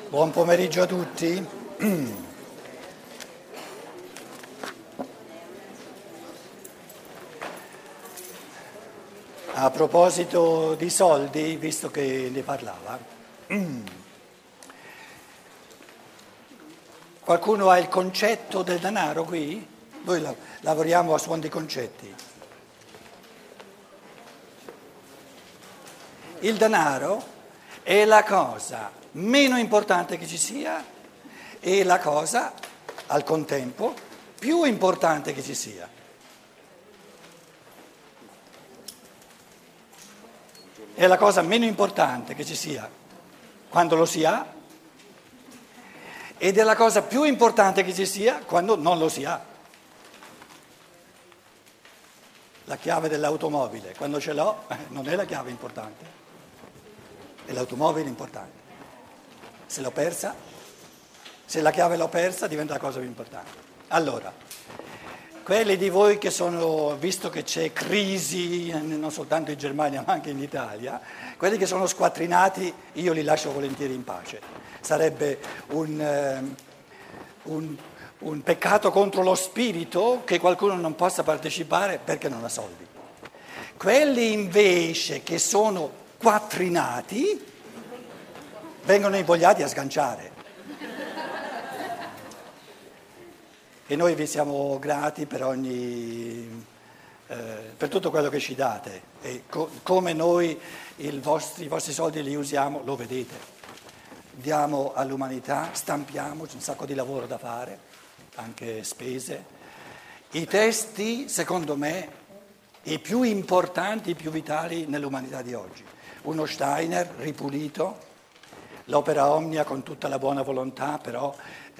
Buon pomeriggio a tutti. A proposito di soldi, visto che ne parlava, qualcuno ha il concetto del denaro qui? Noi lavoriamo a suon di concetti. Il denaro è la cosa meno importante che ci sia e la cosa, al contempo, più importante che ci sia. È la cosa meno importante che ci sia quando lo si ha ed è la cosa più importante che ci sia quando non lo si ha. La chiave dell'automobile, quando ce l'ho, non è la chiave importante, è l'automobile importante. Se l'ho persa, se la chiave l'ho persa, diventa la cosa più importante. Allora, quelli di voi che sono, visto che c'è crisi non soltanto in Germania ma anche in Italia, quelli che sono squattrinati io li lascio volentieri in pace. Sarebbe un peccato contro lo spirito che qualcuno non possa partecipare perché non ha soldi. Quelli invece che sono quattrinati vengono invogliati a sganciare. E noi vi siamo grati per per tutto quello che ci date e come noi i vostri soldi li usiamo, lo vedete. Diamo all'umanità, stampiamo, c'è un sacco di lavoro da fare, anche spese. I testi, secondo me, i più importanti, i più vitali nell'umanità di oggi. Uno Steiner ripulito, l'opera Omnia con tutta la buona volontà, però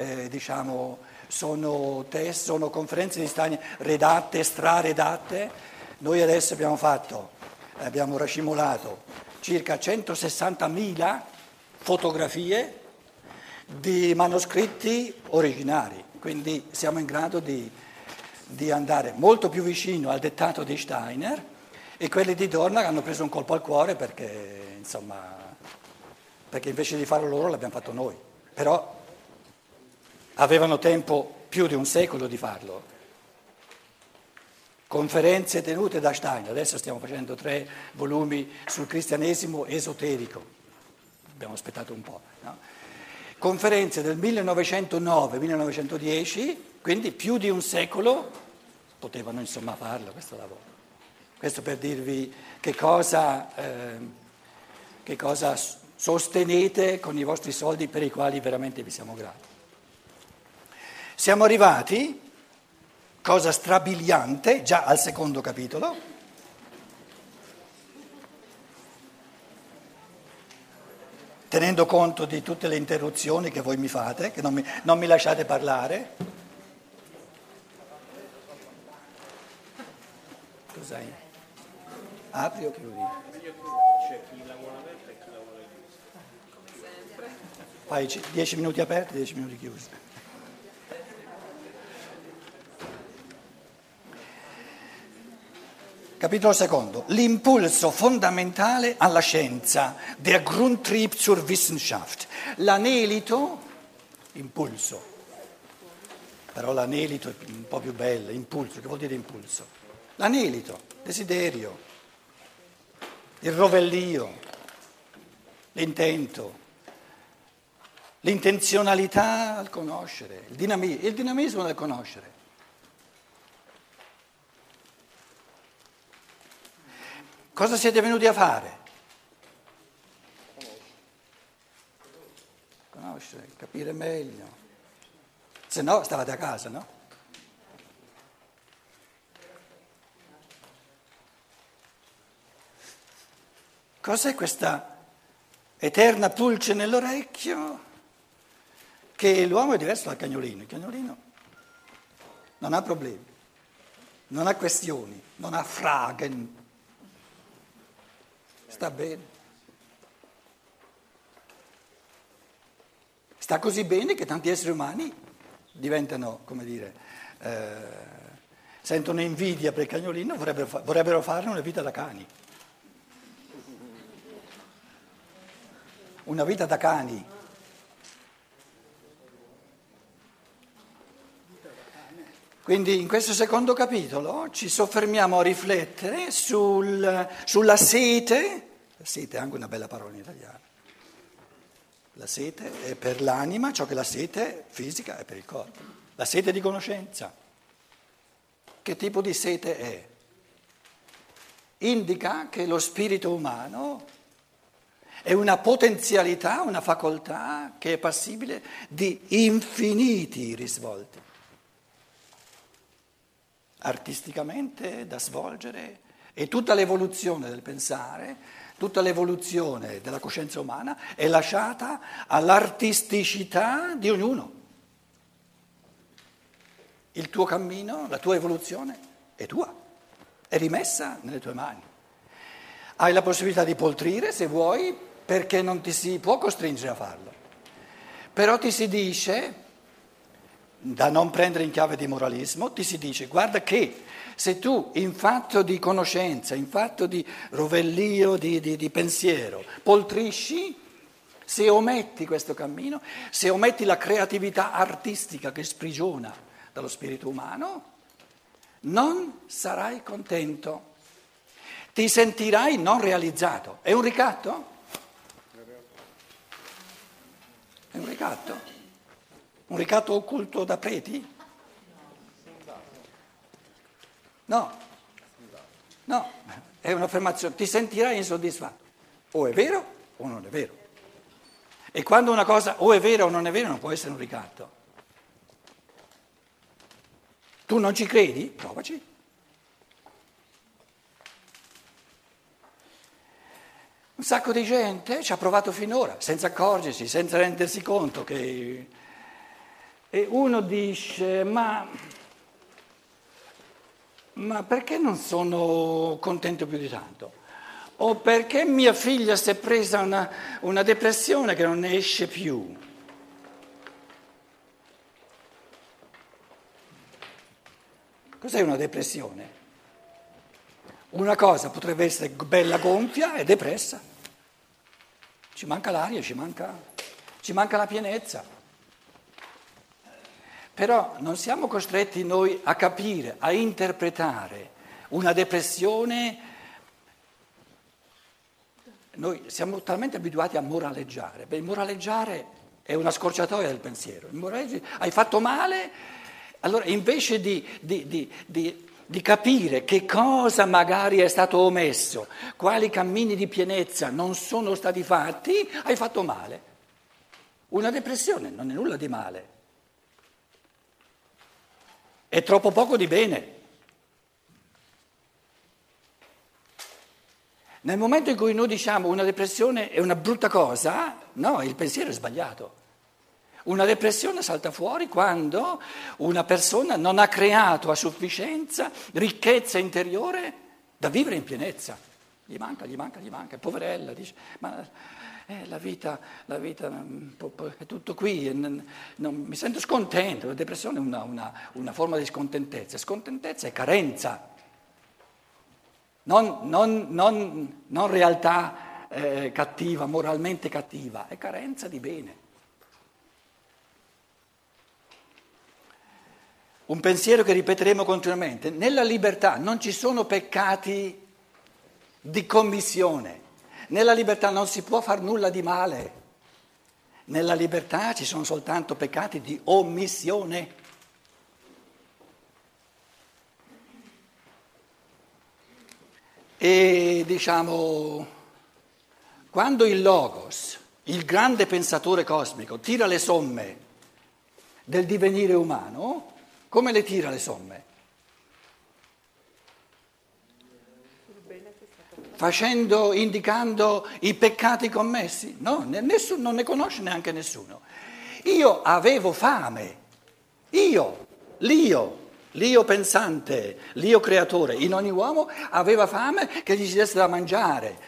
sono conferenze di Steiner redatte, straredatte. Noi adesso abbiamo racimolato circa 160.000 fotografie di manoscritti originari, quindi siamo in grado di andare molto più vicino al dettato di Steiner e quelli di Dorna hanno preso un colpo al cuore perché invece di farlo loro l'abbiamo fatto noi, però avevano tempo più di un secolo di farlo. Conferenze tenute da Steiner, adesso stiamo facendo 3 volumi sul cristianesimo esoterico, abbiamo aspettato un po', no? Conferenze del 1909-1910, quindi più di un secolo potevano farlo questo lavoro. Questo per dirvi che cosa sostenete con i vostri soldi per i quali veramente vi siamo grati. Siamo arrivati, cosa strabiliante, già al secondo capitolo, tenendo conto di tutte le interruzioni che voi mi fate, che non mi lasciate parlare. Cos'hai? Apri o chiudi? C'è chi lavora aperto e chi lavora chiuso. Fai 10 minuti aperti e 10 minuti chiusi. Capitolo secondo. L'impulso fondamentale alla scienza, der Grundtrieb zur Wissenschaft. L'anelito, impulso, però l'anelito è un po' più bello, impulso, che vuol dire impulso? L'anelito, desiderio, il rovellio, l'intento, l'intenzionalità al conoscere, il dinamismo del conoscere. Cosa siete venuti a fare? Conoscere, capire meglio. Se no, stavate a casa, no? Cos'è questa eterna pulce nell'orecchio? Che l'uomo è diverso dal cagnolino. Il cagnolino non ha problemi, non ha questioni, non ha Fragen. Sta bene. Sta così bene che tanti esseri umani diventano, sentono invidia per il cagnolino, vorrebbero farne una vita da cani. Una vita da cani. Quindi in questo secondo capitolo ci soffermiamo a riflettere sulla sete. La sete è anche una bella parola in italiano. La sete è per l'anima, ciò che la sete fisica è per il corpo. La sete di conoscenza. Che tipo di sete è? Indica che lo spirito umano è una potenzialità, una facoltà che è passibile di infiniti risvolti. Artisticamente da svolgere, e tutta l'evoluzione del pensare, tutta l'evoluzione della coscienza umana è lasciata all'artisticità di ognuno. Il tuo cammino, la tua evoluzione è tua, è rimessa nelle tue mani. Hai la possibilità di poltrire se vuoi, perché non ti si può costringere a farlo. Però ti si dice, da non prendere in chiave di moralismo, ti si dice: guarda che se tu in fatto di conoscenza, in fatto di rovellio, di pensiero, poltrisci, se ometti questo cammino, se ometti la creatività artistica che sprigiona dallo spirito umano, non sarai contento, ti sentirai non realizzato. È un ricatto? È un ricatto? Un ricatto occulto da preti? No, è un'affermazione, ti sentirai insoddisfatto. O è vero o non è vero. E quando una cosa o è vera o non è vera non può essere un ricatto. Tu non ci credi? Provaci. Un sacco di gente ci ha provato finora, senza accorgersi, senza rendersi conto che... E uno dice, ma perché non sono contento più di tanto? O perché mia figlia si è presa una depressione che non ne esce più? Cos'è una depressione? Una cosa potrebbe essere bella gonfia e depressa. Ci manca l'aria, ci manca la pienezza. Però non siamo costretti noi a capire, a interpretare una depressione. Noi siamo talmente abituati a moraleggiare. Beh, moraleggiare è una scorciatoia del pensiero. Hai fatto male, allora invece di capire che cosa magari è stato omesso, quali cammini di pienezza non sono stati fatti, hai fatto male. Una depressione non è nulla di male. È troppo poco di bene. Nel momento in cui noi diciamo una depressione è una brutta cosa, no, il pensiero è sbagliato. Una depressione salta fuori quando una persona non ha creato a sufficienza ricchezza interiore da vivere in pienezza. Gli manca, è poverella, dice, ma la vita è tutto qui, mi sento scontento. La depressione è una forma di scontentezza. Scontentezza è carenza, non realtà cattiva, moralmente cattiva, è carenza di bene. Un pensiero che ripeteremo continuamente: nella libertà non ci sono peccati di commissione. Nella libertà non si può far nulla di male, nella libertà ci sono soltanto peccati di omissione. E diciamo, quando il Logos, il grande pensatore cosmico, tira le somme del divenire umano, come le tira le somme? Indicando i peccati commessi? No, nessuno, non ne conosce neanche nessuno. Io avevo fame, l'io pensante, l'io creatore, in ogni uomo aveva fame che gli si desse da mangiare.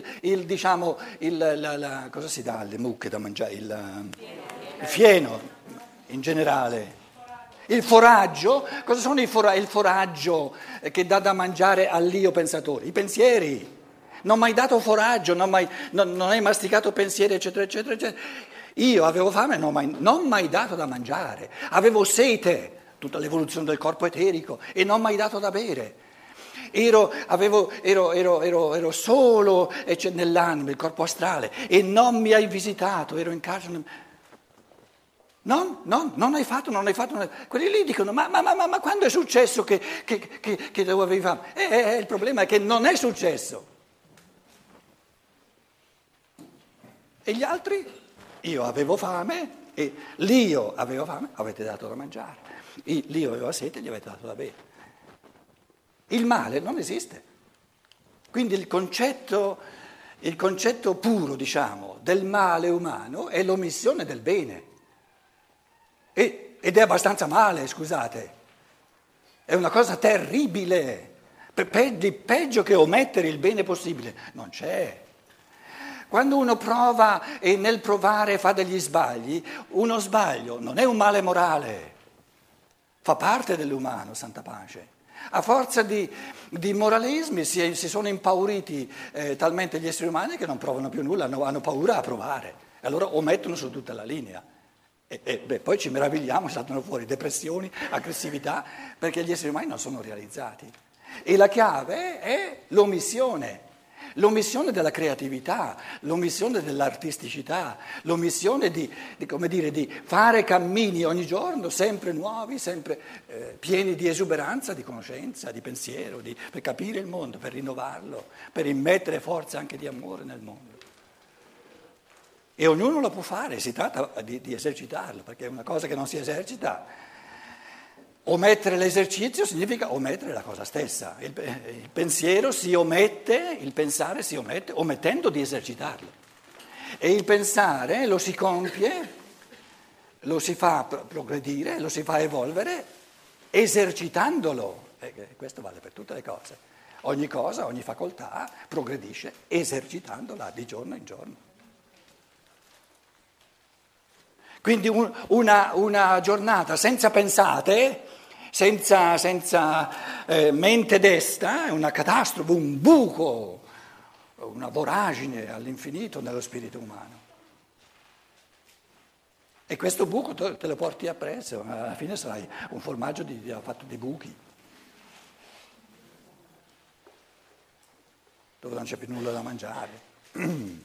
Cosa si dà alle mucche da mangiare? Il fieno, in generale. Il foraggio, cosa sono il foraggio che dà da mangiare all'io pensatore? I pensieri. Non ho mai dato foraggio, non hai masticato pensieri, eccetera, eccetera, eccetera. Io avevo fame, non mai dato da mangiare. Avevo sete, tutta l'evoluzione del corpo eterico e non mi hai dato da bere. Ero solo nell'anima, il corpo astrale, e non mi hai visitato, ero in carcere. Non hai fatto. Quelli lì dicono, ma quando è successo che tu avevi fame? Il problema è che non è successo. E gli altri? Io avevo fame e l'io avevo fame, avete dato da mangiare. L'io aveva sete, gli avete dato da bere. Il male non esiste. Quindi il concetto puro, diciamo, del male umano è l'omissione del bene. Ed è abbastanza male, scusate. È una cosa terribile. Peggio che omettere il bene possibile. Non c'è. Quando uno prova e nel provare fa degli sbagli, uno sbaglio non è un male morale. Fa parte dell'umano, santa pace. A forza di moralismi si sono impauriti talmente gli esseri umani che non provano più nulla, hanno paura a provare. E allora omettono su tutta la linea. Poi ci meravigliamo, saltano fuori depressioni, aggressività, perché gli esseri umani non sono realizzati. E la chiave è l'omissione della creatività, l'omissione dell'artisticità, l'omissione di fare cammini ogni giorno sempre nuovi, sempre pieni di esuberanza, di conoscenza, di pensiero, per capire il mondo, per rinnovarlo, per immettere forze anche di amore nel mondo. E ognuno lo può fare, si tratta di esercitarlo, perché è una cosa che non si esercita. Omettere l'esercizio significa omettere la cosa stessa. Il pensiero si omette, il pensare si omette, omettendo di esercitarlo. E il pensare lo si compie, lo si fa progredire, lo si fa evolvere, esercitandolo. Questo vale per tutte le cose. Ogni cosa, ogni facoltà progredisce esercitandola di giorno in giorno. Quindi una giornata senza pensate, senza mente desta, è una catastrofe, un buco, una voragine all'infinito nello spirito umano. E questo buco te lo porti appresso, alla fine sarai un formaggio fatto di buchi, dove non c'è più nulla da mangiare.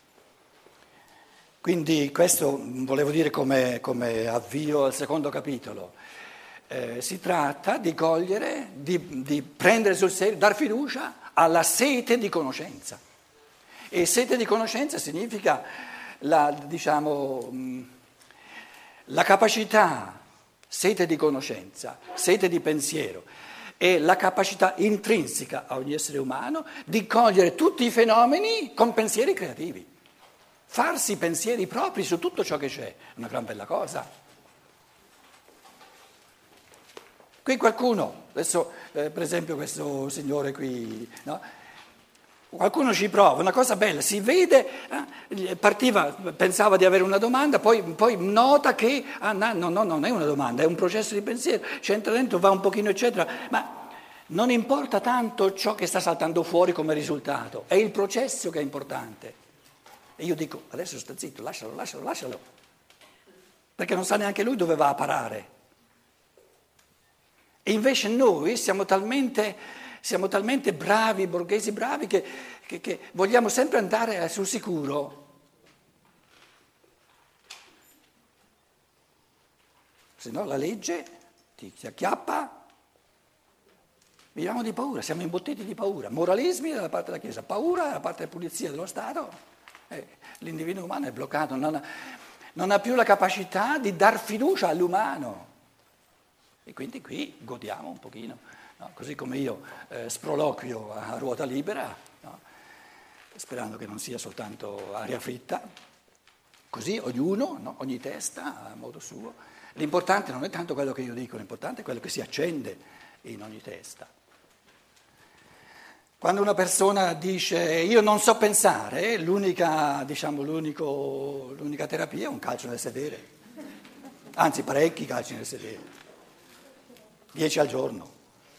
Quindi questo volevo dire come avvio al secondo capitolo. Si tratta di cogliere, di prendere sul serio, dar fiducia alla sete di conoscenza. E sete di conoscenza significa la capacità, sete di conoscenza, sete di pensiero, e la capacità intrinseca a ogni essere umano di cogliere tutti i fenomeni con pensieri creativi. Farsi pensieri propri su tutto ciò che c'è, una gran bella cosa. Qui qualcuno, adesso per esempio questo signore qui, no? Qualcuno ci prova, una cosa bella, si vede, pensava di avere una domanda, poi nota che no, non è una domanda, è un processo di pensiero, c'entra dentro, va un pochino eccetera, ma non importa tanto ciò che sta saltando fuori come risultato, è il processo che è importante. E io dico, adesso sta zitto, lascialo, perché non sa neanche lui dove va a parare. E invece noi siamo talmente bravi, borghesi bravi, che vogliamo sempre andare sul sicuro. Se no la legge ti acchiappa, viviamo di paura, siamo imbottiti di paura. Moralismi dalla parte della Chiesa, paura dalla parte della polizia dello Stato. L'individuo umano è bloccato, non ha più la capacità di dar fiducia all'umano. E quindi qui godiamo un pochino, no? Così come io sproloquio a ruota libera, no? Sperando che non sia soltanto aria fritta, così ognuno, no? Ogni testa a modo suo. L'importante non è tanto quello che io dico, l'importante è quello che si accende in ogni testa. Quando una persona dice io non so pensare, l'unica terapia è un calcio nel sedere, anzi parecchi calci nel sedere, 10 al giorno.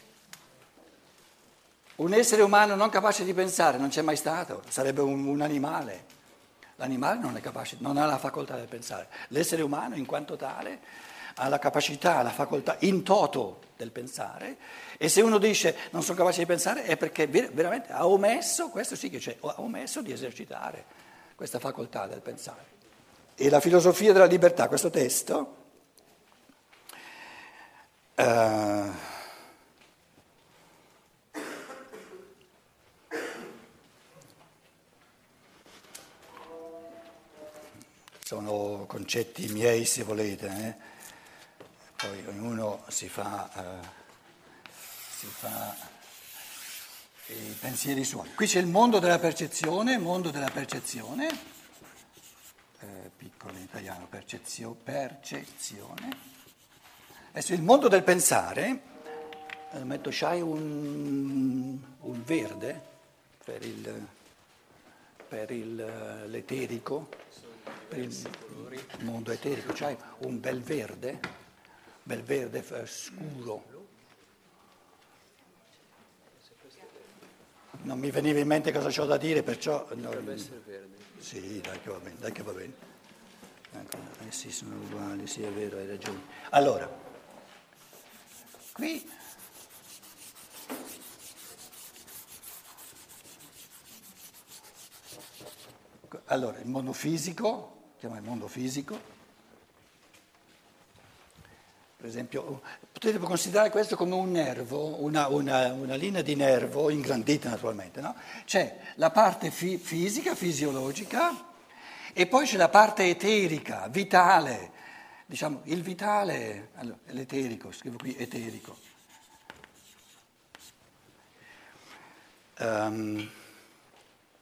Un essere umano non capace di pensare non c'è mai stato, sarebbe un animale. L'animale non è capace, non ha la facoltà di pensare. L'essere umano in quanto tale ha la capacità, la facoltà in toto del pensare, e se uno dice non sono capace di pensare è perché veramente ha omesso, questo sì che c'è, ha omesso di esercitare questa facoltà del pensare. E la filosofia della libertà, questo testo, sono concetti miei se volete, poi ognuno si fa i pensieri suoi. Qui c'è il mondo della percezione, piccolo in italiano, percezione. Adesso il mondo del pensare, metto c'hai un verde per l'eterico, per il mondo eterico, c'hai un bel verde scuro. Non mi veniva in mente cosa c'ho da dire, perciò... Dovrebbe essere verde. Sì, dai che va bene. Ecco, sì, sono uguali, sì, è vero, hai ragione. Allora, qui... Allora, il mondo fisico, chiama il mondo fisico, per esempio, potete considerare questo come un nervo, una linea di nervo ingrandita naturalmente, no? C'è la parte fisica, fisiologica, e poi c'è la parte eterica, vitale, diciamo il vitale, allora, l'eterico, scrivo qui eterico.